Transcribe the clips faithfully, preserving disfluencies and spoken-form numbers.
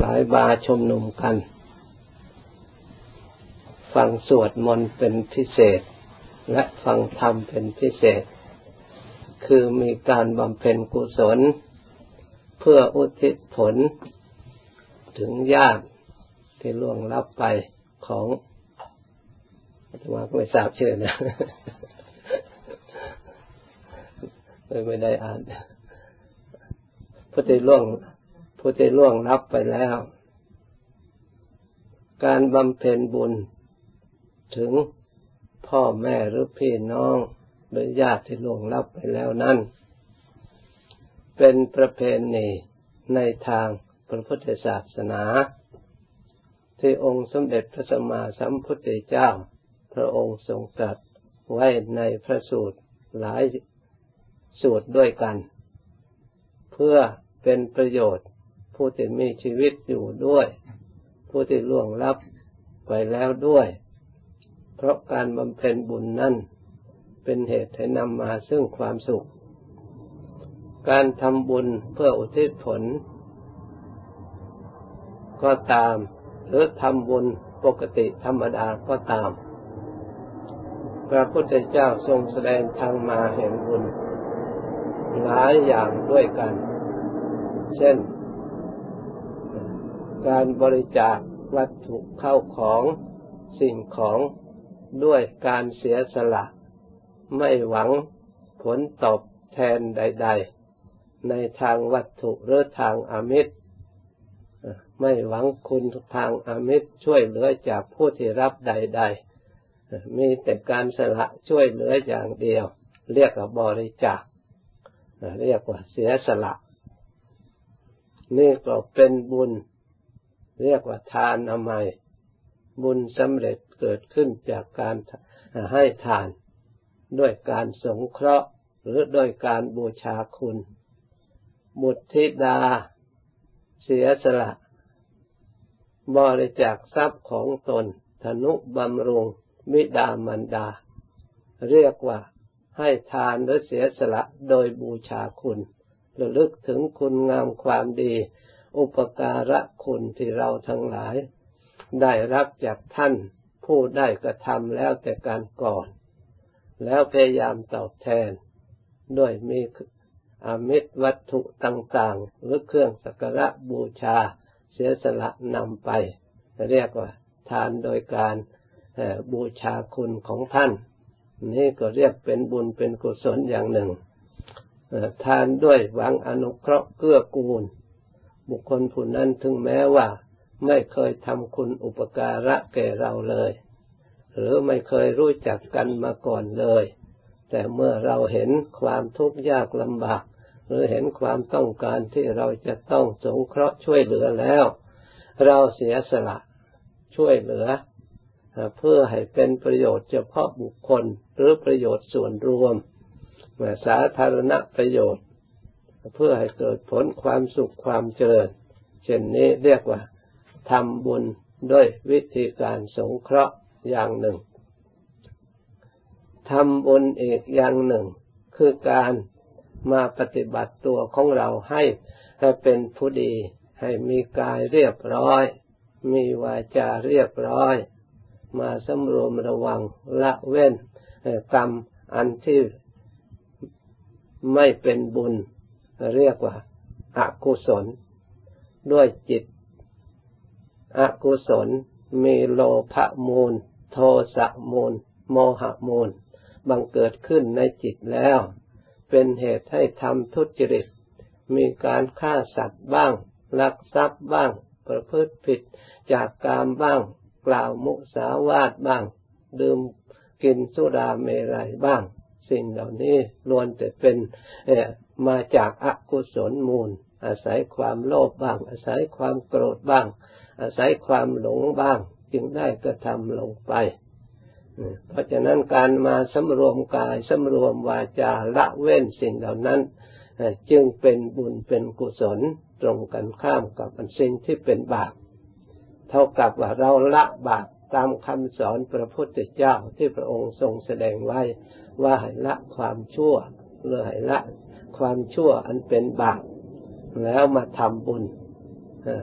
หลายบาชุมนุมกันฟังสวดมนต์เป็นพิเศษและฟังธรรมเป็นพิเศษคือมีการบำเพ็ญกุศลเพื่ออุทิศผลถึงญาติที่ล่วงลับไปของอาตมาก็ไม่ทราบชื่อนะไม่ได้อ่านผู้ที่ล่วงผู้ที่ล่วงลับไปแล้วการบำเพ็ญบุญถึงพ่อแม่หรือพี่น้องหรือญาติที่ล่วงลับไปแล้วนั้นเป็นประเพณีในทางพระพุทธศาสนาที่องค์สมเด็จพระสัมมาสัมพุทธเจ้าพระองค์ทรงตรัสไว้ในพระสูตรหลายสูตรด้วยกันเพื่อเป็นประโยชน์ผู้ที่มีชีวิตอยู่ด้วยผู้ที่ล่วงลับไปแล้วด้วยเพราะการบำเพ็ญบุญนั้นเป็นเหตุให้นำมาซึ่งความสุขการทำบุญเพื่ออุทิศผลก็ตามหรือทำบุญปกติธรรมดาก็ตามพระพุทธเจ้าทรงแสดงทางมาแห่งบุญหลายอย่างด้วยกันเช่นการบริจาควัตถุเข้าของสิ่งของด้วยการเสียสละไม่หวังผลตอบแทนใดๆในทางวัตถุหรือทางอามิตรไม่หวังคุณทางอามิตรช่วยเหลือจากผู้ที่รับใดๆมีแต่การสละช่วยเหลืออย่างเดียวเรียกว่าบริจาคเรียกว่าเสียสละนี่ก็เป็นบุญเรียกว่าทานอมัยบุญสำเร็จเกิดขึ้นจากการให้ทานด้วยการสงเคราะห์หรือด้วยการบูชาคุณบุตรธิดาเสียสละบริจาคทรัพย์ของตนทนุบำรุงบิดามารดาเรียกว่าให้ทานหรือเสียสละโดยบูชาคุณระลึกถึงคุณงามความดีอุปการะคุณที่เราทั้งหลายได้รับจากท่านผู้ได้กระทำแล้วแต่การก่อนแล้วพยายามตอบแทนด้วยมีอามิตรวัตถุต่างๆหรือเครื่องสักการะบูชาเสียสละนำไปเรียกว่าทานโดยการบูชาคุณของท่านนี่ก็เรียกเป็นบุญเป็นกุศลอย่างหนึ่งทานด้วยหวังอนุเคราะห์เกื้อกูลบุคคลผู้นั้นถึงแม้ว่าไม่เคยทำคุณอุปการะแก่เราเลยหรือไม่เคยรู้จักกันมาก่อนเลยแต่เมื่อเราเห็นความทุกข์ยากลำบากหรือเห็นความต้องการที่เราจะต้องสงเคราะห์ช่วยเหลือแล้วเราเสียสละช่วยเหลือเพื่อให้เป็นประโยชน์เฉพาะบุคคลหรือประโยชน์ส่วนรวมสาธารณประโยชน์เพื่อให้เกิดผลความสุขความเจริญเช่นนี้เรียกว่าทำบุญด้วยวิธีการสงเคราะห์อย่างหนึ่งทำบุญอีกอย่างหนึ่งคือการมาปฏิบัติตัวของเราให้ให้เป็นผู้ดีให้มีกายเรียบร้อยมีวาจาเรียบร้อยมาสำรวมระวังละเว้นกรรมอันที่ไม่เป็นบุญเรียกว่าอกุศลด้วยจิตอกุศลมีโลภะมูลโทสะมูลโมหะมูลบังเกิดขึ้นในจิตแล้วเป็นเหตุให้ทำทุจริตมีการฆ่าสัตว์บ้างลักทรัพย์บ้างประพฤติผิดจากกามบ้างกล่าวมุสาวาทบ้างดื่มกินสุราเมรัยบ้างสิ่งเหล่านี้ล้วนแต่เป็นมาจากอกุศลมูลอาศัยความโลภบ้างอาศัยความโกรธบ้างอาศัยความหลงบ้างจึงได้กระทำลงไปเพราะฉะนั้นการมาสำรวมกายสำรวมวาจาละเว้นสิ่งเหล่านั้นจึงเป็นบุญเป็นกุศลตรงกันข้ามกับสิ่งที่เป็นบาปเท่ากับว่าเราละบาปตามคำสอนพระพุทธเจ้าที่พระองค์ทรงแสดงไว้ว่าให้ละความชั่วหรือให้ละความชั่วอันเป็นบาปแล้วมาทำบุญ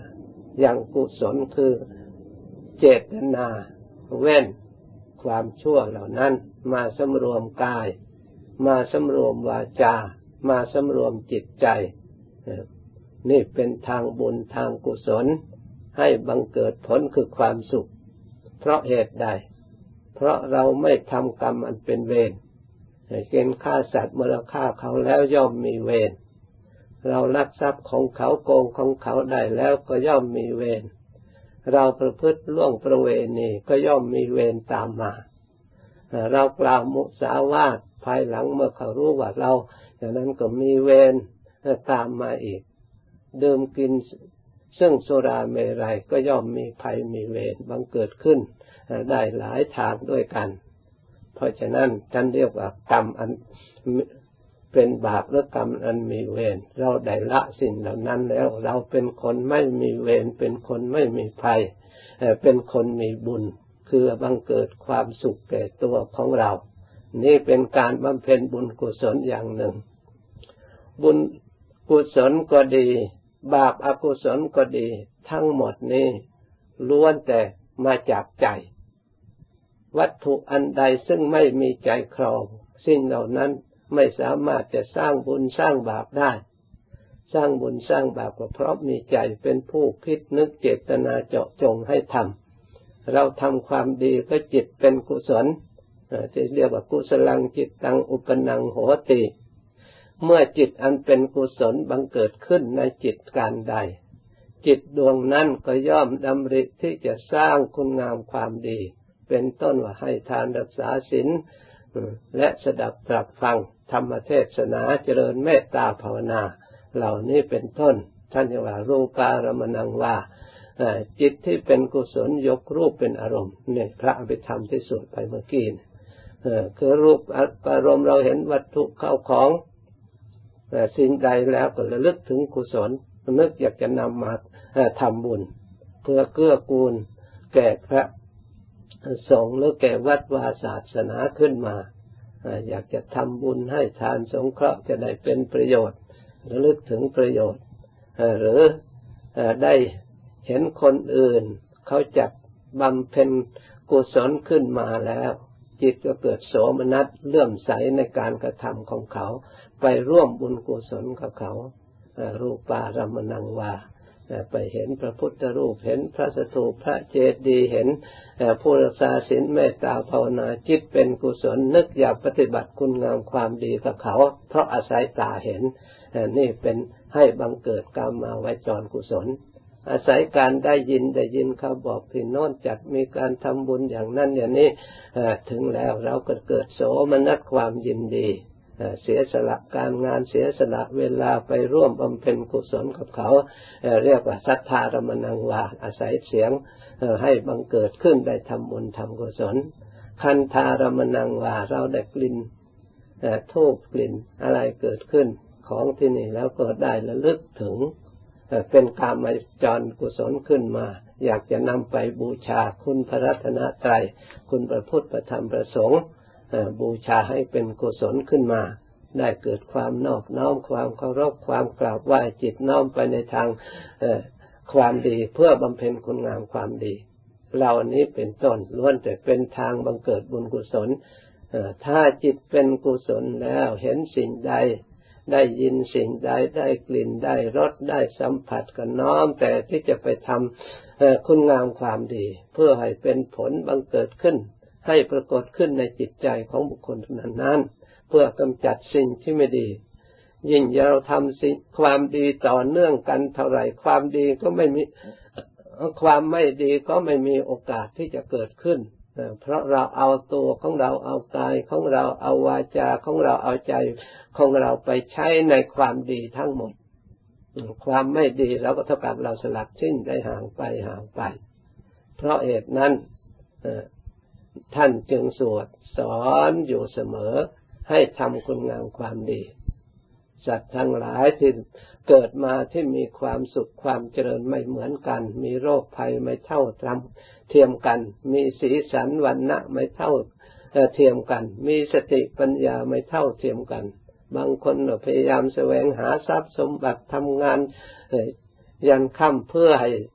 อย่างกุศลคือเจตนาเว้นความชั่วเหล่านั้นมาสำรวมกายมาสำรวมวาจามาสำรวมจิตใจนี่เป็นทางบุญทางกุศลให้บังเกิดผลคือความสุขเพราะเหตุใดเพราะเราไม่ทำกรรมอันเป็นเวรเช่นฆ่าสัตว์เมื่อเราฆ่าเขาแล้วย่อมมีเวรเราลักทรัพย์ของเขาโกงของเขาได้แล้วก็ย่อมมีเวรเราประพฤติล่วงประเวณีก็ย่อมมีเวรตามมาเรากล่าวมุสาวาทภายหลังเมื่อเขารู้ว่าเราอย่างนั้นก็มีเวรตามมาอีกดื่มกินซึ่งสุราเมรัยก็ย่อมมีภัยมีเวรบังเกิดขึ้นได้หลายทางด้วยกันเพราะฉะนั้นท่านเรียกว่ากรรมอันเป็นบาปหรือกรรมอันมีเวรเราได้ละสิ่งเหล่านั้นแล้วเราเป็นคนไม่มีเวรเป็นคนไม่มีภัยเป็นคนมีบุญคือบังเกิดความสุขแก่ตัวของเรานี่เป็นการบำเพ็ญบุญกุศลอย่างหนึ่งบุญกุศลก็ดีบาปอกุศลก็ดีทั้งหมดนี้ล้วนแต่มาจากใจวัตถุอันใดซึ่งไม่มีใจครองสิ่งเหล่านั้นไม่สามารถจะสร้างบุญสร้างบาปได้สร้างบุญสร้างบาปก็เพราะมีใจเป็นผู้คิดนึกเจตนาเจาะจงให้ทำเราทำความดีก็จิตเป็นกุศลที่เรียกว่ากุศลังจิตตังอุปนังโหติเมื่อจิตอันเป็นกุศลบังเกิดขึ้นในจิตการใดจิตดวงนั้นก็ย่อมดำริที่จะสร้างคุณงามความดีเป็นต้นว่าให้ทานรักษาศีลและสดับตรับฟังธรรมเทศนาเจริญเมตตาภาวนาเหล่านี้เป็นต้นท่านเรียกว่ารูปารมณังว่าจิตที่เป็นกุศลยกรูปเป็นอารมณ์เนี่ยพระอภิธรรมที่สวดไปเมื่อกี้คือรูปอารมณ์เราเห็นวัตถุเข้าของสิ่งใดแล้วก็ระลึกถึงกุศลนึกอยากจะนำมาทำบุญเพื่อเกื้อกูลแก่พระสงฆ์หรือแก่วัดวาศาสนาขึ้นมาอยากจะทำบุญให้ทานสงเคราะห์จะได้เป็นประโยชน์ระลึกถึงประโยชน์หรือได้เห็นคนอื่นเขาจัดบำเพ็ญกุศลขึ้นมาแล้วจิตก็เกิดโสมนัสเลื่อมใสในการกระทำของเขาไปร่วมบุญกุศลกับเขารูปารมณังวาไปเห็นพระพุทธรูปเห็นพระสถูปพระเจดีย์เห็นผู้รักษาศีลเมตตาภาวนาจิตเป็นกุศลนึกอยากปฏิบัติคุณงามความดีกับเขาเพราะอาศัยตาเห็นนี่เป็นให้บังเกิดกามาวจรกุศลอาศัยการได้ยินได้ยินเขาบอกที่โน่นจัดมีการทำบุญอย่างนั้นอย่างนี้ถึงแล้วเราก็เกิดโสมนัสความยินดีเสียสละการงานเสียสละเวลาไปร่วมบำเพ็ญกุศลกับเขาเรียกว่าสัทธารมณังวาอาศัยเสียงให้บังเกิดขึ้นได้ทำบุญทำกุศลคันธารมณังวาเราได้กลิ่นธูปกลิ่นอะไรเกิดขึ้นของที่นี่แล้วก็ได้ระลึกถึงเป็นกามจรกุศลขึ้นมาอยากจะนำไปบูชาคุณพระรัตนตรัยคุณพระพุทธพระธรรมพระสงฆ์บูชาให้เป็นกุศลขึ้นมาได้เกิดความนอบน้อมความเคารพความกราบไหว้จิตน้อมไปในทางความดีเพื่อบำเพ็ญคุณงามความดีเหล่านี้เป็นต้นล้วนแต่เป็นทางบังเกิดบุญกุศลถ้าจิตเป็นกุศลแล้วเห็นสิ่งใดได้ยินสิ่งใดได้กลิ่นได้รสได้สัมผัสก็น้อมแต่ที่จะไปทำคุณงามความดีเพื่อให้เป็นผลบังเกิดขึ้นให้ปรากฏขึ้นในจิตใจของบุคคลนั้นนั้นเพื่อกำจัดสิ่งที่ไม่ดียิ่งเราทำสิ่งความดีต่อเนื่องกันเท่าไหร่ความดีก็ไม่มีความไม่ดีก็ไม่มีโอกาสที่จะเกิดขึ้นเพราะเราเอาตัวของเราเอากายของเราเอาวาจาของเราเอาใจของเราไปใช้ในความดีทั้งหมดความไม่ดีเราก็เท่ากับเราสลัดทิ้งได้ห่างไปห่างไปเพราะเหตุนั้นท่านจึงสวดสอนอยู่เสมอให้ทำคุณงามความดีสัตว์ทั้งหลายที่เกิดมาที่มีความสุขความเจริญไม่เหมือนกันมีโรคภัยไม่เท่าเทียมกันมีสีสันวรรณะไม่เท่าเทียมกันมีสติปัญญาไม่เท่าเทียมกันบางคนพยายามแสวงหาทรัพย์สมบัติทำงานยันค่ำเพื่อให้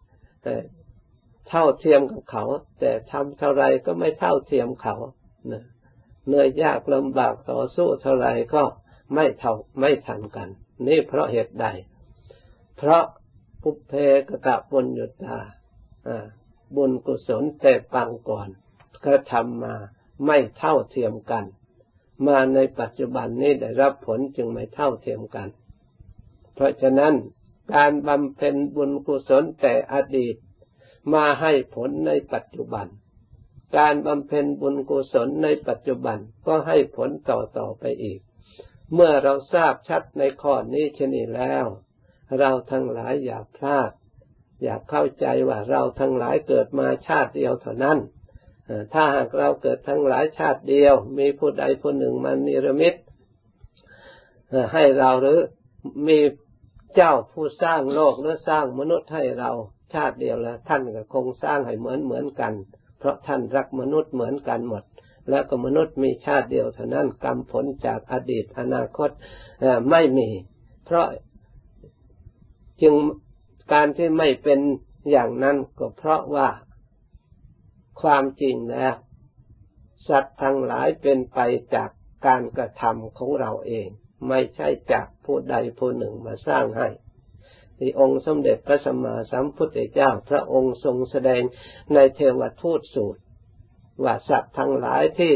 เท่าเทียมกับเขาแต่ทำเท่าไรก็ไม่เท่าเทียมเขาเหนื่อยยากลำบากต่อสู้เท่าไรก็ไม่เท่าไม่ทันกันนี่เพราะเหตุใดเพราะปุพเพกตปุญญาตาบุญกุศลแต่ปางก่อนกระทำมาไม่เท่าเทียมกันมาในปัจจุบันนี้ได้รับผลจึงไม่เท่าเทียมกันเพราะฉะนั้นการบำเพ็ญบุญกุศลแต่อดีตมาให้ผลในปัจจุบันการบำเพ็ญบุญกุศลในปัจจุบันก็ให้ผลต่อต่อไปอีกเมื่อเราทราบชัดในข้อนี้เช่นนี้แล้วเราทั้งหลายอย่าพลาดอย่าเข้าใจว่าเราทั้งหลายเกิดมาชาติเดียวเท่านั้นถ้าหากเราเกิดทั้งหลายชาติเดียวมีผู้ใดผู้หนึ่งมานิรมิตให้เราหรือมีเจ้าผู้สร้างโลกหรือสร้างมนุษย์ให้เราชาติเดียวแล้วท่านก็คงสร้างให้เหมือนเหมือนกันเพราะท่านรักมนุษย์เหมือนกันหมดแล้วก็มนุษย์มีชาติเดียวเท่านั้นกรรมผลจากอดีตอนาคตไม่มีเพราะจึงการที่ไม่เป็นอย่างนั้นก็เพราะว่าความจริงแล้วสัตว์ทั้งหลายเป็นไปจากการกระทำของเราเองไม่ใช่จากผู้ใดผู้หนึ่งมาสร้างให้ที่องค์สมเด็จพระสัมมาสัมพุทธเจ้าพระองค์ทรงแสดงในเทวทูตสูตรว่าสัตว์ทั้งหลายที่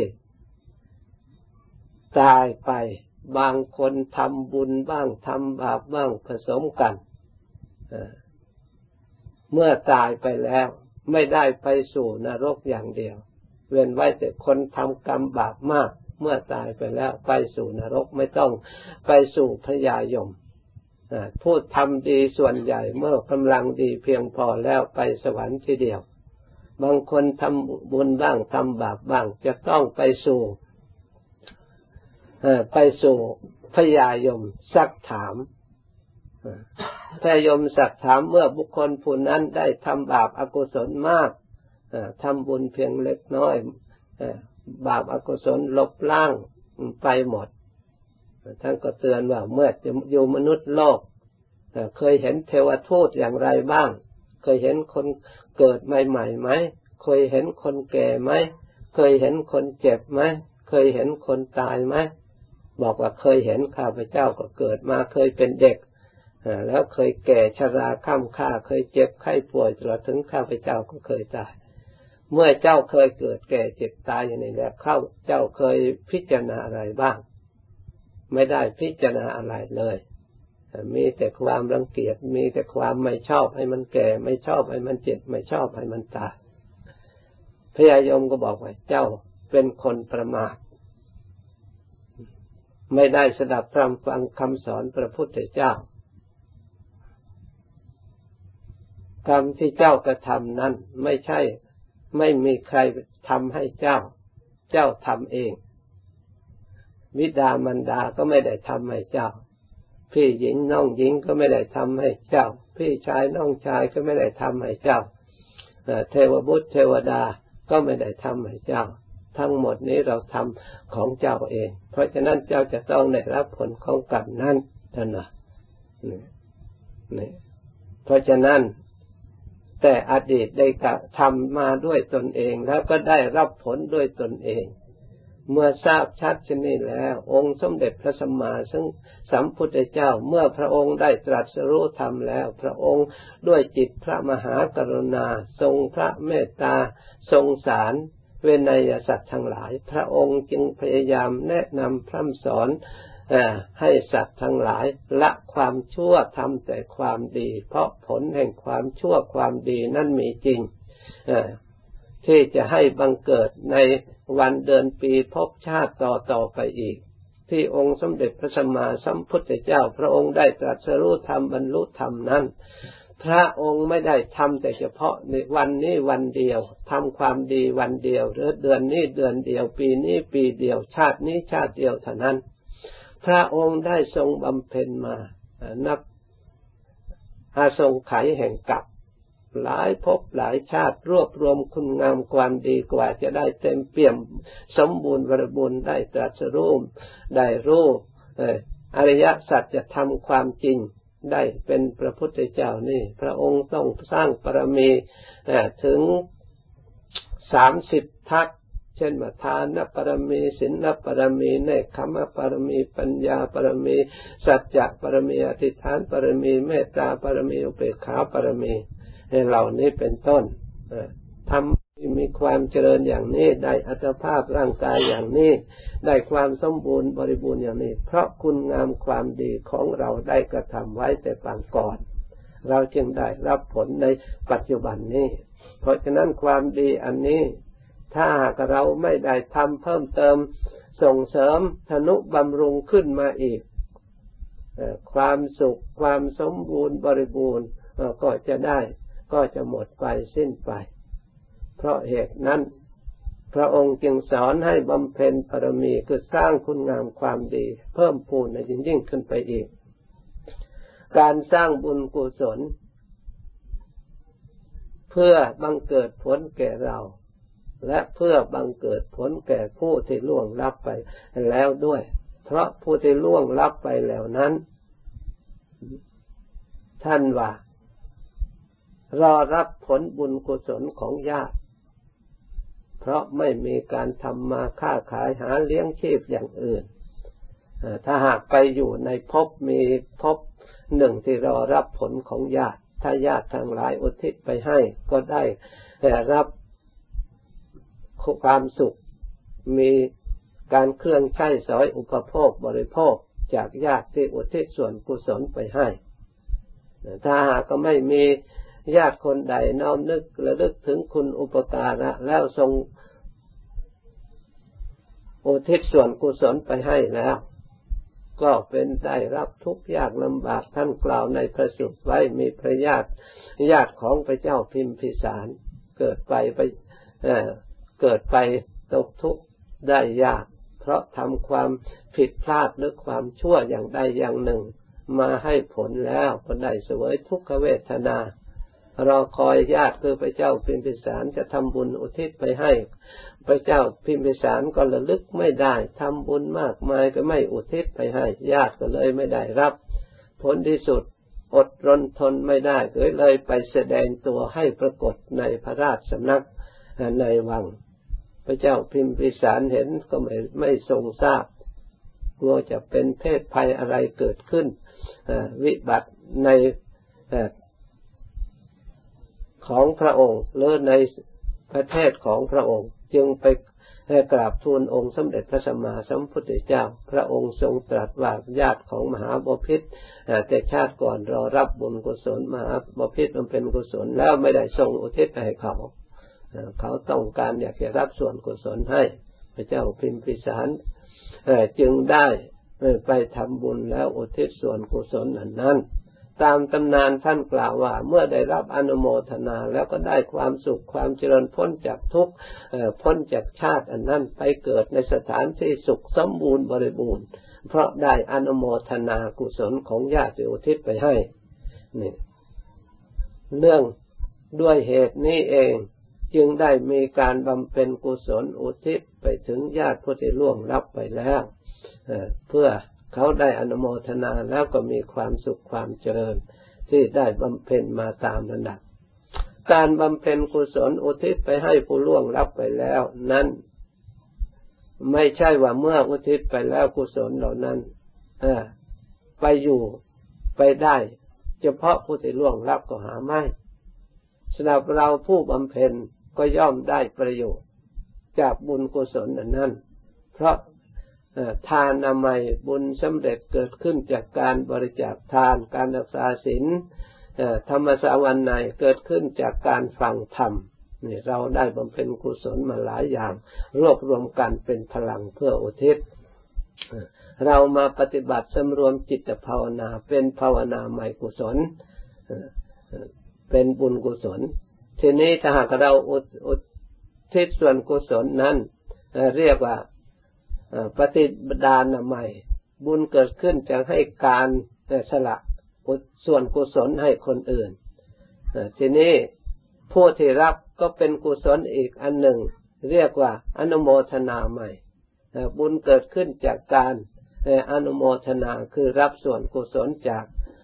ตายไปบางคนทำบุญบ้างทำบาปบ้างผสมกันเมื่อตายไปแล้วไม่ได้ไปสู่นรกอย่างเดียวเว้นไว้แต่คนทำกรรมบาปมากเมื่อตายไปแล้วไปสู่นรกไม่ต้องไปสู่พระยายมผู้ทำดีส่วนใหญ่เมื่อกำลังดีเพียงพอแล้วไปสวรรค์ทีเดียวบางคนทำบุญบ้างทำบาปบ้างจะต้องไปสู่ไปสู่พระยายมซักถามพระยมซักถามเมื่อบุคคลผู้นั้นได้ทำบาปอกุศลมากทำบุญเพียงเล็กน้อยบาปอกุศลลบล้างไปหมดท่านก็เตือนว่าเมื่ออยู่มนุษย์โลกเคยเห็นเทวทูตอย่างไรบ้างเคยเห็นคนเกิดใหม่ๆไหมเคยเห็นคนแก่ไหมเคยเห็นคนเจ็บไหมเคยเห็นคนตายไหมบอกว่าเคยเห็นข้าพเจ้าก็เกิดมาเคยเป็นเด็กแล้วเคยแก่ชราค่ำค่าเคยเจ็บไข้ป่วยตลอดถึงข้าพเจ้าก็เคยตายเมื่อเจ้าเคยเกิดแก่เจ็บตายอย่างนี้แล้วเข้าเจ้าเคยพิจารณาอะไรบ้างไม่ได้พิจารณาอะไรเลยมีแต่ความรังเกียจมีแต่ความไม่ชอบให้มันแก่ไม่ชอบให้มันเจ็บไม่ชอบให้มันตายพระยายมก็บอกว่าเจ้าเป็นคนประมาทไม่ได้สดับตามฟังคำสอนพระพุทธเจ้ากรรมที่เจ้ากระทำนั้นไม่ใช่ไม่มีใครทำให้เจ้าเจ้าทำเองบิดามารดาก็ไม่ได้ทำให้เจ้าพี่หญิงน้องหญิงก็ไม่ได้ทำให้เจ้าพี่ชายน้องชายก็ไม่ได้ทำให้เจ้าเทวบุตรเทวดาก็ไม่ได้ทำให้เจ้าทั้งหมดนี้เราทำของเจ้าเองเพราะฉะนั้นเจ้าจะต้องได้รับผลของกรรมนั้นเท่านั้นนี่เพราะฉะนั้นแต่อดีตได้กระทำมาด้วยตนเองแล้วก็ได้รับผลด้วยตนเองเมื่อทราบชัดเช่นนี้แล้วองค์สมเด็จพระสัมมาสัมพุทธเจ้าเมื่อพระองค์ได้ตรัสรู้ธรรมแล้วพระองค์ด้วยจิตพระมหากรุณาทรงพระเมตตาทรงสารเวนยสัตว์ทั้งหลายพระองค์จึงพยายามแนะนำพร่ำสอนให้สัตว์ทั้งหลายละความชั่วทำแต่ความดีเพราะผลแห่งความชั่วความดีนั้นมีจริงที่จะให้บังเกิดในวันเดือนปีภพชาติต่อต่อไปอีกที่องค์สมเด็จพระสัมมาสัมพุทธเจ้าพระองค์ได้ตรัสรู้ธรรมบรรลุธรรมนั้นพระองค์ไม่ได้ทำแต่เฉพาะในวันนี้วันเดียวทำความดีวันเดียวหรือเดือนนี้เดือนเดียวปีนี้ปีเดียวชาตินี้ชาติเดียวเท่านั้นพระองค์ได้ทรงบำเพ็ญมานับอาสงไขยแห่งกรรมหลายภพหลายชาติรวบรวมคุณงามความดีกว่าจะได้เต็มเปี่ยมสมบูรณ์บริบูรณ์ได้ตรัสรู้ได้รู้อริยสัจจะทำความจริงได้เป็นพระพุทธเจ้านี่พระองค์ต้องสร้างบารมีถึงสามสิบทัศน์เช่นว่าทานบารมีศีลบารมีเนกขัมมบารมีปัญญาบารมีสัจจะบารมีอธิษฐานบารมีเมตตาบารมีอุเบกขาบารมีเหล่านี้เป็นต้นทำมีความเจริญอย่างนี้ได้อัตภาพร่างกายอย่างนี้ได้ความสมบูรณ์บริบูรณ์อย่างนี้เพราะคุณงามความดีของเราได้กระทำไว้แต่ปางก่อนเราจึงได้รับผลในปัจจุบันนี้เพราะฉะนั้นความดีอันนี้ถ้าหากเราไม่ได้ทำเพิ่มเติมส่งเสริมทนุบำรุงขึ้นมาอีกความสุขความสมบูรณ์บริบูรณ์ก็จะได้ก็จะหมดไปสิ้นไปเพราะเหตุนั้นพระองค์จึงสอนให้บำเพ็ญบารมีคือสร้างคุณงามความดีเพิ่มพูนให้ยิ่งขึ้นไปอีกการสร้างบุญกุศลเพื่อบังเกิดผลแก่เราและเพื่อบังเกิดผลแก่ผู้ที่ล่วงลับไปแล้วด้วยเพราะผู้ที่ล่วงลับไปแล้วนั้นท่านว่ารอรับผลบุญกุศลของญาติเพราะไม่มีการทำมาค้าขายหาเลี้ยงชีพอย่างอื่นถ้าหากไปอยู่ในภพมีภพหนึ่งที่รอรับผลของญาติถ้าญาติทั้งหลายอุทิศไปให้ก็ได้รับความสุขมีการเครื่องใช้สอยอุปโภคบริโภคจากญาติที่อุทิศส่วนกุศลไปให้ถ้าหากก็ไม่มีญาติคนใดน้อมนึกระลึกถึงคุณอุปการะแล้วทรงอุทิศส่วนกุศลไปให้แล้วก็เป็นได้รับทุกข์ยากลำบากท่านกล่าวในพระสูตรไว้มีพระญาติญาติของพระเจ้าพิมพิสารเกิดไปไปเอ่อเกิดไปตกทุกข์ได้ยากเพราะทำความผิดพลาดหรือความชั่วอย่างใดอย่างหนึ่งมาให้ผลแล้วก็ได้เสวยทุกขเวทนารอคอยญาติคือพระเจ้าพิมพิสารจะทำบุญอุทิศไปให้พระเจ้าพิมพิสารก็ระลึกไม่ได้ทำบุญมากมายก็ไม่อุทิศไปให้ญาติก็เลยไม่ได้รับผลที่สุดอดรนทนไม่ได้ก็เลยไปแสดงตัวให้ปรากฏในพระราชสำนักในวังพระเจ้าพิมพิสารเห็นก็ไม่ไม่ทรงทราบกลัวจะเป็นเพศภัยอะไรเกิดขึ้นวิบัติในของพระองค์หรือในประเทศของพระองค์จึงไปกราบทูลองค์สมเด็จพระสัมมาสัมพุทธเจ้าพระองค์ทรงตรัสว่าญาติของมหาบพิตรแต่ชาติก่อนรอรับบุญกุศลมหาบพิตรมันเป็นกุศลแล้วไม่ได้ทรงอุทิศให้เขาเขาต้องการอยากจะรับส่วนกุศลให้พระเจ้าพิมพิสารจึงได้ไปทำบุญแล้วอุทิศส่วนกุศลนั้นตามตำนานท่านกล่าวว่าเมื่อได้รับอนุโมทนาแล้วก็ได้ความสุขความเจริญพ้นจากทุกข์พ้นจากชาติอันนั้นไปเกิดในสถานที่สุขสมบูรณ์บริบูรณ์เพราะได้อนุโมทนากุศลของญาติอุทิศไปให้นี่เนื่องด้วยเหตุนี้เองจึงได้มีการบำเพ็ญกุศลอุทิศไปถึงญาติผู้ที่ล่วงลับไปแล้วเพื่อเขาได้อนุโมทนาแล้วก็มีความสุขความเจริญที่ได้บำเพ็ญมาตามลำดับการบำเพ็ญกุศลอุทิศไปให้ผู้ล่วงลับไปแล้วนั้นไม่ใช่ว่าเมื่ออุทิศไปแล้วกุศลเหล่านั้นไปอยู่ไปได้เฉพาะผู้ที่ล่วงลับก็หาไม่สำหรับเราผู้บำเพ็ญก็ย่อมได้ประโยชน์จากบุญกุศลนั้นเพราะทานอมัยบุญสำเร็จเกิดขึ้นจากการบริจาคทานการรักษาศีลธรรมสาวันในเกิดขึ้นจากการฟังธรรมนี่เราได้บำเพ็ญกุศลมาหลายอย่างรวบรวมกันเป็นพลังเพื่ออุทิศเรามาปฏิบัติสำรวมจิตภาวนาเป็นภาวนาใหม่กุศลเป็นบุญกุศลทีนี้ถ้าหากเราอุทิศส่วนกุศลนั้นเรียกว่าปฏิบัตินาใหม่บุญเกิดขึ้นจะให้การสละส่วนกุศลให้คนอื่นทีนี้ผู้ที่รับก็เป็นกุศลอีกอันหนึ่งเรียกว่าอนุโมทนาใหม่บุญเกิดขึ้นจากการอนุโมทนาคือรับส่วนกุศลจาก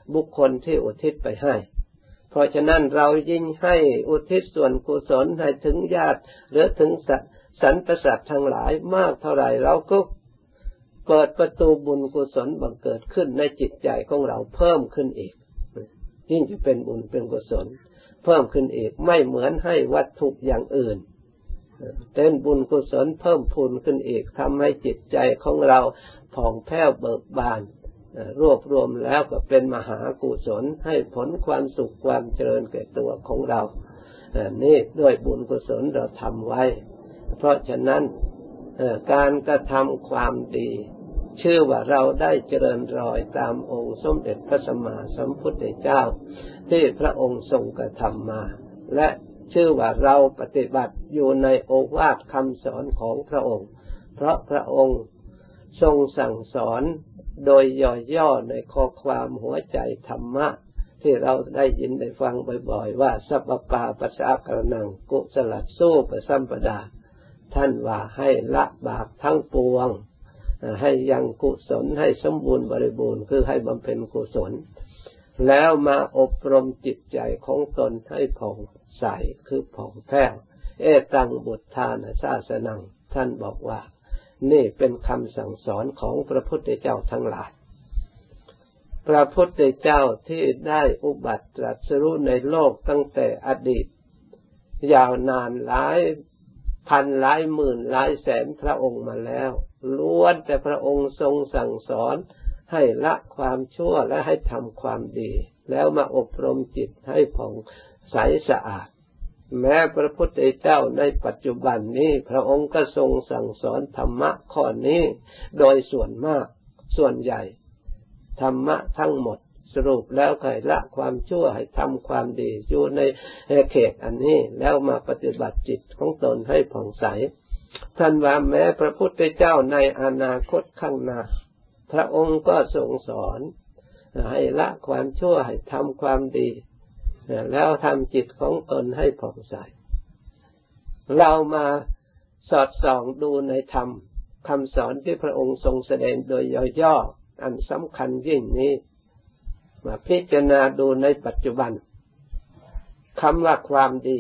บุคคลที่อุทิศไปให้เพราะฉะนั้นเรายิ่งให้อุทิศส่วนกุศลให้ถึงญาติหรือถึงสรรพสัตว์ทั้งหลายมากเท่าไหร่เราก็เปิดประตูบุญกุศลบังเกิดขึ้นในจิตใจของเราเพิ่มขึ้นอีกยิ่งจะเป็นบุญเป็นกุศลเพิ่มขึ้นอีกไม่เหมือนให้วัตถุอย่างอื่นเป็นบุญกุศลเพิ่มพูนขึ้นอีกทำให้จิตใจของเราผ่องแผ้วเบิกบานรวบรวมแล้วก็เป็นมหากุศลให้ผลความสุขความเจริญแก่ตัวของเรานี่ด้วยบุญกุศลเราทำไว้เพราะฉะนั้นการกระทำความดีชื่อว่าเราได้เจริญรอยตามองค์สมเด็จพระสัมมาสัมพุทธเจ้าที่พระองค์ทรงกระทำมาและชื่อว่าเราปฏิบัติอยู่ในโอวาทคำสอนของพระองค์เพราะพระองค์ทรงสั่งสอนโดยย่อๆในข้อความหัวใจธรรมะที่เราได้ยินได้ฟังบ่อยๆว่าสัพพปาปัสสะกรณังกุศลสู้ปสัมปดาท่านว่าให้ละบาปทั้งปวงให้ยังกุศลให้สมบูรณ์บริบูรณ์คือให้บำเพ็ญกุศลแล้วมาอบรมจิตใจของตนให้ผ่องใสคือผ่องแผ้วเอตังบุตธานะศาสนังท่านบอกว่านี่เป็นคำสั่งสอนของพระพุทธเจ้าทั้งหลายพระพุทธเจ้าที่ได้อุบัติตรัสรู้ในโลกตั้งแต่อดีตยาวนานหลายพันหลายหมื่นหลายแสนพระองค์มาแล้วล้วนแต่พระองค์ทรงสั่งสอนให้ละความชั่วและให้ทำความดีแล้วมาอบรมจิตให้ผ่องใสสะอาดแม้พระพุทธเจ้าในปัจจุบันนี้พระองค์ก็ทรงสั่งสอนธรรมะข้อนี้โดยส่วนมากส่วนใหญ่ธรรมะทั้งหมดสรุปแล้วให้ละความชั่วให้ทำความดีอยู่ในเขตอันนี้แล้วมาปฏิบัติจิตของตนให้ผ่องใสท่านว่าแม้พระพุทธเจ้าในอนาคตข้างหน้าพระองค์ก็ทรงสอนให้ละความชั่วให้ทำความดีแล้วทำจิตของตนให้ผ่องใสเรามาสอดส่องดูในธรรมคำสอนที่พระองค์ทรงแสดงโดยย่อๆอันสำคัญยิ่งนี้มาพิจารณาดูในปัจจุบันคำว่าความดี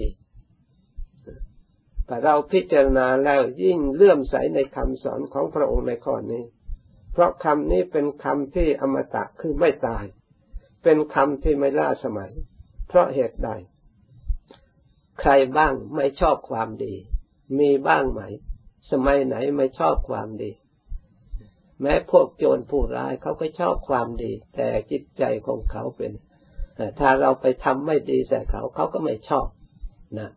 แต่เราพิจารณาแล้วยิ่งเลื่อมใสในคำสอนของพระองค์ในข้อนี้เพราะคำนี้เป็นคำที่อมตะคือไม่ตายเป็นคำที่ไม่ล้าสมัยเพราะเหตุใดใครบ้างไม่ชอบความดีมีบ้างไหมสมัยไหนไม่ชอบความดีแม้พวกโจรผู้ร้ายเขาก็ชอบความดีแต่จิตใจของเขาเป็นถ้าเราไปทำไม่ดีใส่เขาเขาก็ไม่ชอบนะ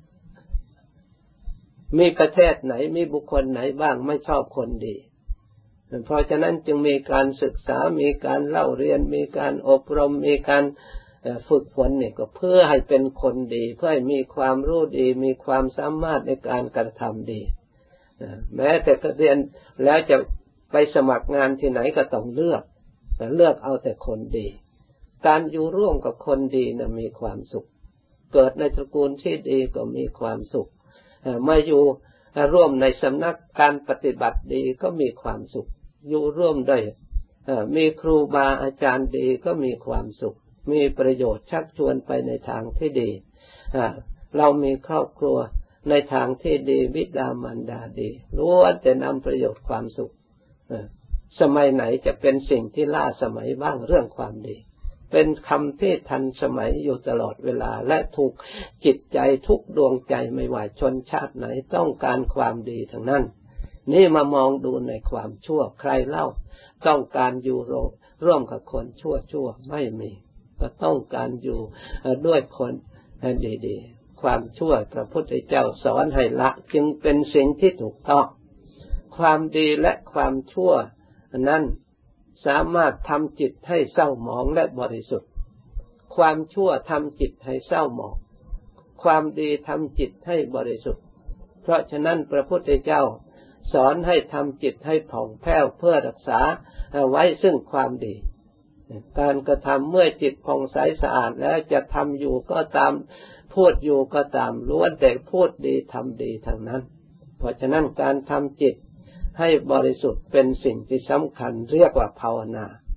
มีประเทศไหนมีบุคคลไหนบ้างไม่ชอบคนดีเพราะฉะนั้นจึงมีการศึกษามีการเล่าเรียนมีการอบรมมีการฝึกฝนเนี่ยก็เพื่อให้เป็นคนดีเพื่อให้มีความรู้ดีมีความสามารถในการกระทำดีแม้แต่เรียนแล้วจะไปสมัครงานที่ไหนก็ต้องเลือกแต่เลือกเอาแต่คนดีการอยู่ร่วมกับคนดีนะมีความสุขเกิดในตระกูลที่ดีก็มีความสุขมาอยู่ร่วมในสำนักการปฏิบัติดีก็มีความสุขอยู่ร่วมด้วยมีครูบาอาจารย์ดีก็มีความสุขมีประโยชน์ชักชวนไปในทางที่ดีเรามีครอบครัวในทางที่ดีบิดามารดาดีล้วนแต่นำประโยชน์ความสุขสมัยไหนจะเป็นสิ่งที่ล้าสมัยบ้างเรื่องความดีเป็นคำที่ทันสมัยอยู่ตลอดเวลาและถูกจิตใจทุกดวงใจไม่ว่าชนชาติไหนต้องการความดีทั้งนั้นนี่มามองดูในความชั่วใครเล่าต้องการอยู่ร่วมกับคนชั่วชั่วไม่มีก็ต้องการอยู่ด้วยคนดีๆความชั่วพระพุทธเจ้าสอนให้ละจึงเป็นสิ่งที่ถูกต้องความดีและความชั่วนั้นสามารถทำจิตให้เศร้าหมองและบริสุทธิ์ความชั่วทำจิตให้เศร้าหมองความดีทำจิตให้บริสุทธิ์เพราะฉะนั้นพระพุทธเจ้าสอนให้ทำจิตให้ผ่องแผ้วเพื่อรักษาไว้ซึ่งความดีการกระทำเมื่อจิตผ่องใสสะอาดแล้วจะทำอยู่ก็ตามพูดอยู่ก็ตามล้วนแต่พูดดีทำดีทั้งนั้นเพราะฉะนั้นการทำจิตให้บริสุทธิ์เป็นสิ่งที่สำคัญเรียกว่าภาวนา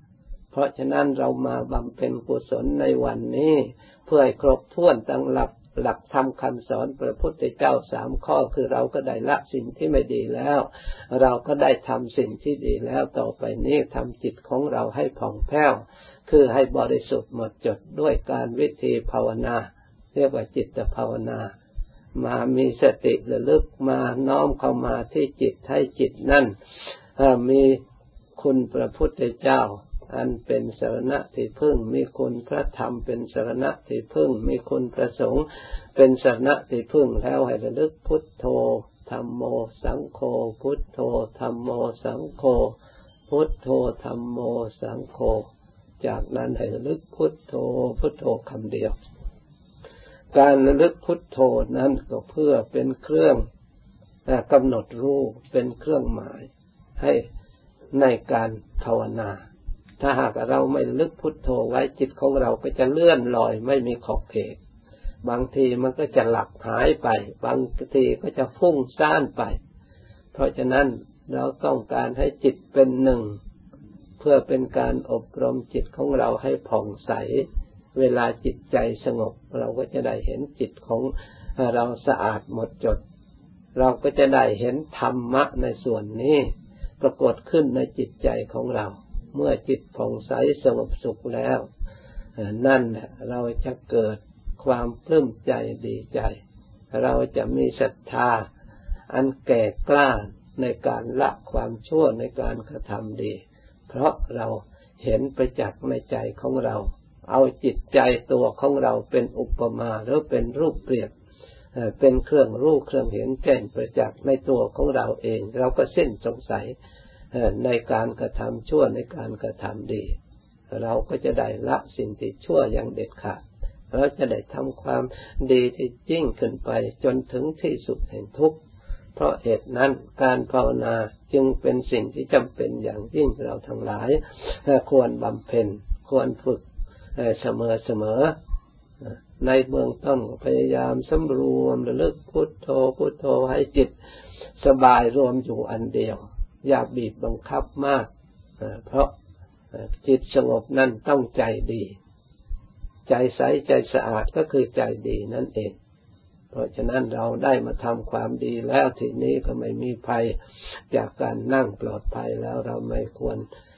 เพราะฉะนั้นเรามาบำเพ็ญกุศลในวันนี้เพื่อให้ครบถ้วนตามหลักหลักธรรมคำสอนพระพุทธเจ้าสามข้อคือเราก็ได้ละสิ่งที่ไม่ดีแล้วเราก็ได้ทำสิ่งที่ดีแล้วต่อไปนี้ทำจิตของเราให้ผ่องแผ้วคือให้บริสุทธิ์หมดจดด้วยการวิธีภาวนาเรียกว่าจิตภาวนามามีสติระลึกมาน้อมเข้ามาที่จิตให้จิตนั่นมีคุณพระพุทธเจ้าอันเป็นสรณะที่พึ่งมีคุณพระธรรมเป็นสรณะที่พึ่งมีคุณพระสงฆ์เป็นสรณะที่พึ่งแล้วให้ระลึกพุทโธธัมโมสังโฆพุทโธธัมโมสังโฆพุทโธธัมโมสังโฆจากนั้นให้ระลึกพุทโธพุทโธคำเดียวการระลึกพุทโธนั้นก็เพื่อเป็นเครื่องกำหนดรู้เป็นเครื่องหมายให้ในการภาวนาถ้าหากเราไม่ระลึกพุทโธไว้จิตของเราก็จะเลื่อนลอยไม่มีขอบเขตบางทีมันก็จะหลับหายไปบางทีก็จะฟุ้งซ่านไปเพราะฉะนั้นเราต้องการให้จิตเป็นหนึ่งเพื่อเป็นการอบรมจิตของเราให้ผ่องใสเวลาจิตใจสงบเราก็จะได้เห็นจิตของเราสะอาดหมดจดเราก็จะได้เห็นธรรมะในส่วนนี้ปรากฏขึ้นในจิตใจของเราเมื่อจิตผ่องใสสงบสุขแล้วนั่นแหละเราจะเกิดความปลื้มใจดีใจเราจะมีศรัทธาอันแก่กล้าในการละความชั่วในการกระทำดีเพราะเราเห็นประจักษ์ในใจของเราเอาจิตใจตัวของเราเป็นอุปมาหรือเป็นรูปเปรียบเป็นเครื่องรู้เครื่องเห็นแจ้งประจักษ์ในตัวของเราเองเราก็สิ้นสงสัยในการกระทำชั่วในการกระทำดีเราก็จะได้ละสิ่งที่ชั่วอย่างเด็ดขาดเราจะได้ทำความดีที่ยิ่งขึ้นไปจนถึงที่สุดแห่งทุกข์เพราะเหตุนั้นการภาวนาจึงเป็นสิ่งที่จำเป็นอย่างยิ่งเราทั้งหลายควรบำเพ็ญควรฝึกเสมอเสมอในเบื้องต้นพยายามสำรวมระลึกพุทโธพุทโธให้จิตสบายรวมอยู่อันเดียวอย่าบีบบังคับมากเพราะจิตสงบนั่นต้องใจดีใจใสใจสะอาดก็คือใจดีนั่นเองเพราะฉะนั้นเราได้มาทำความดีแล้วทีนี้ก็ไม่มีภัยจากการนั่งปลอดภัยแล้วเราไม่ควร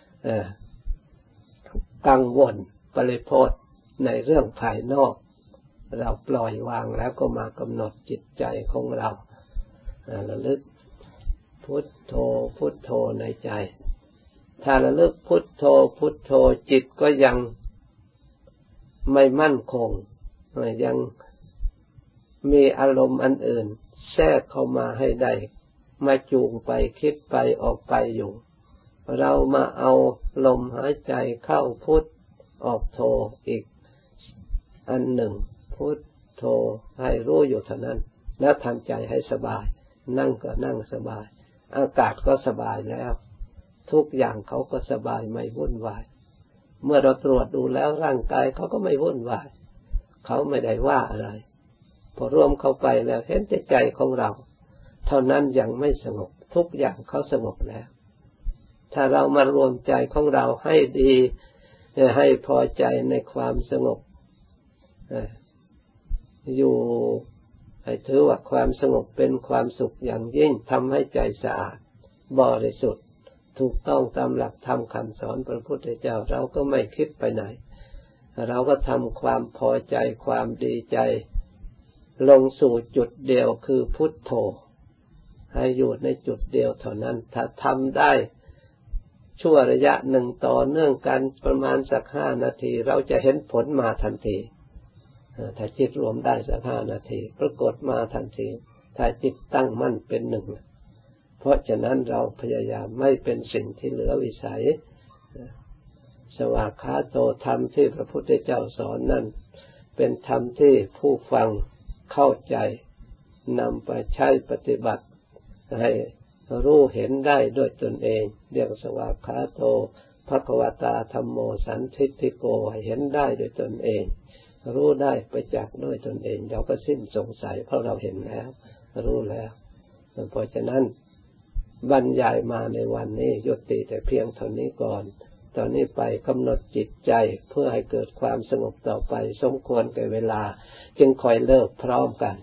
กังวลปริโภทในเรื่องภายนอกเราปล่อยวางแล้วก็มากำหนดจิตใจของเราระลึกพุทโธพุทโธในใจถ้าระลึกพุทโธพุทโธจิตก็ยังไม่มั่นคงยังมีอารมณ์อันอื่นแทรกเข้ามาให้ได้มาจูงไปคิดไปออกไปอยู่เรามาเอาลมหายใจเข้าพุทออกโธอีกอันหนึ่งพุทโธให้รู้อยู่เท่านั้นแล้วทำใจให้สบายนั่งก็นั่งสบายอากาศก็สบายแล้วทุกอย่างเขาก็สบายไม่วุ่นวายเมื่อเราตรวจดูแล้วร่างกายเขาก็ไม่วุ่นวายเขาไม่ได้ว่าอะไรพอรวมเข้าไปแล้วเห็นแต่ใจของเราเท่านั้นยังไม่สงบทุกอย่างเขาสงบแล้วถ้าเรามารวมใจของเราให้ดีให้พอใจในความสงบอยู่ให้ถือว่าความสงบเป็นความสุขอย่างยิ่งทำให้ใจสะอาดบริสุทธิ์ถูกต้องตามหลักธรรมคำสอนพระพุทธเจ้าเราก็ไม่คิดไปไหนเราก็ทำความพอใจความดีใจลงสู่จุดเดียวคือพุทโธให้อยู่ในจุดเดียวเท่านั้นถ้าทำได้ชั่วระยะหนึ่งต่อเนื่องกันประมาณสักห้านาทีเราจะเห็นผลมาทันทีถ้าจิตรวมได้สักห้านาทีปรากฏมาทันทีถ้าจิตตั้งมั่นเป็นหนึ่งเพราะฉะนั้นเราพยายามไม่เป็นสิ่งที่เหลือวิสัยสวากขาโตธรรมที่พระพุทธเจ้าสอนนั้นเป็นธรรมที่ผู้ฟังเข้าใจนำไปใช้ปฏิบัติให้รู้เห็นได้ด้วยตนเองเรียกสวากขาโตภควตาธัมโมสันทิฏฐิโกให้เห็นได้ด้วยตนเองรู้ได้ประจักษ์ด้วยตนเองเราก็สิ้นสงสัยเพราะเราเห็นแล้วรู้แล้วเพราะฉะนั้นบรรยายมาในวันนี้ยุติแต่เพียงเท่านี้ก่อนตอนนี้ไปกำหนดจิตใจเพื่อให้เกิดความสงบต่อไปสมควรแก่เวลาจึงคอยเลิกพร้อมกัน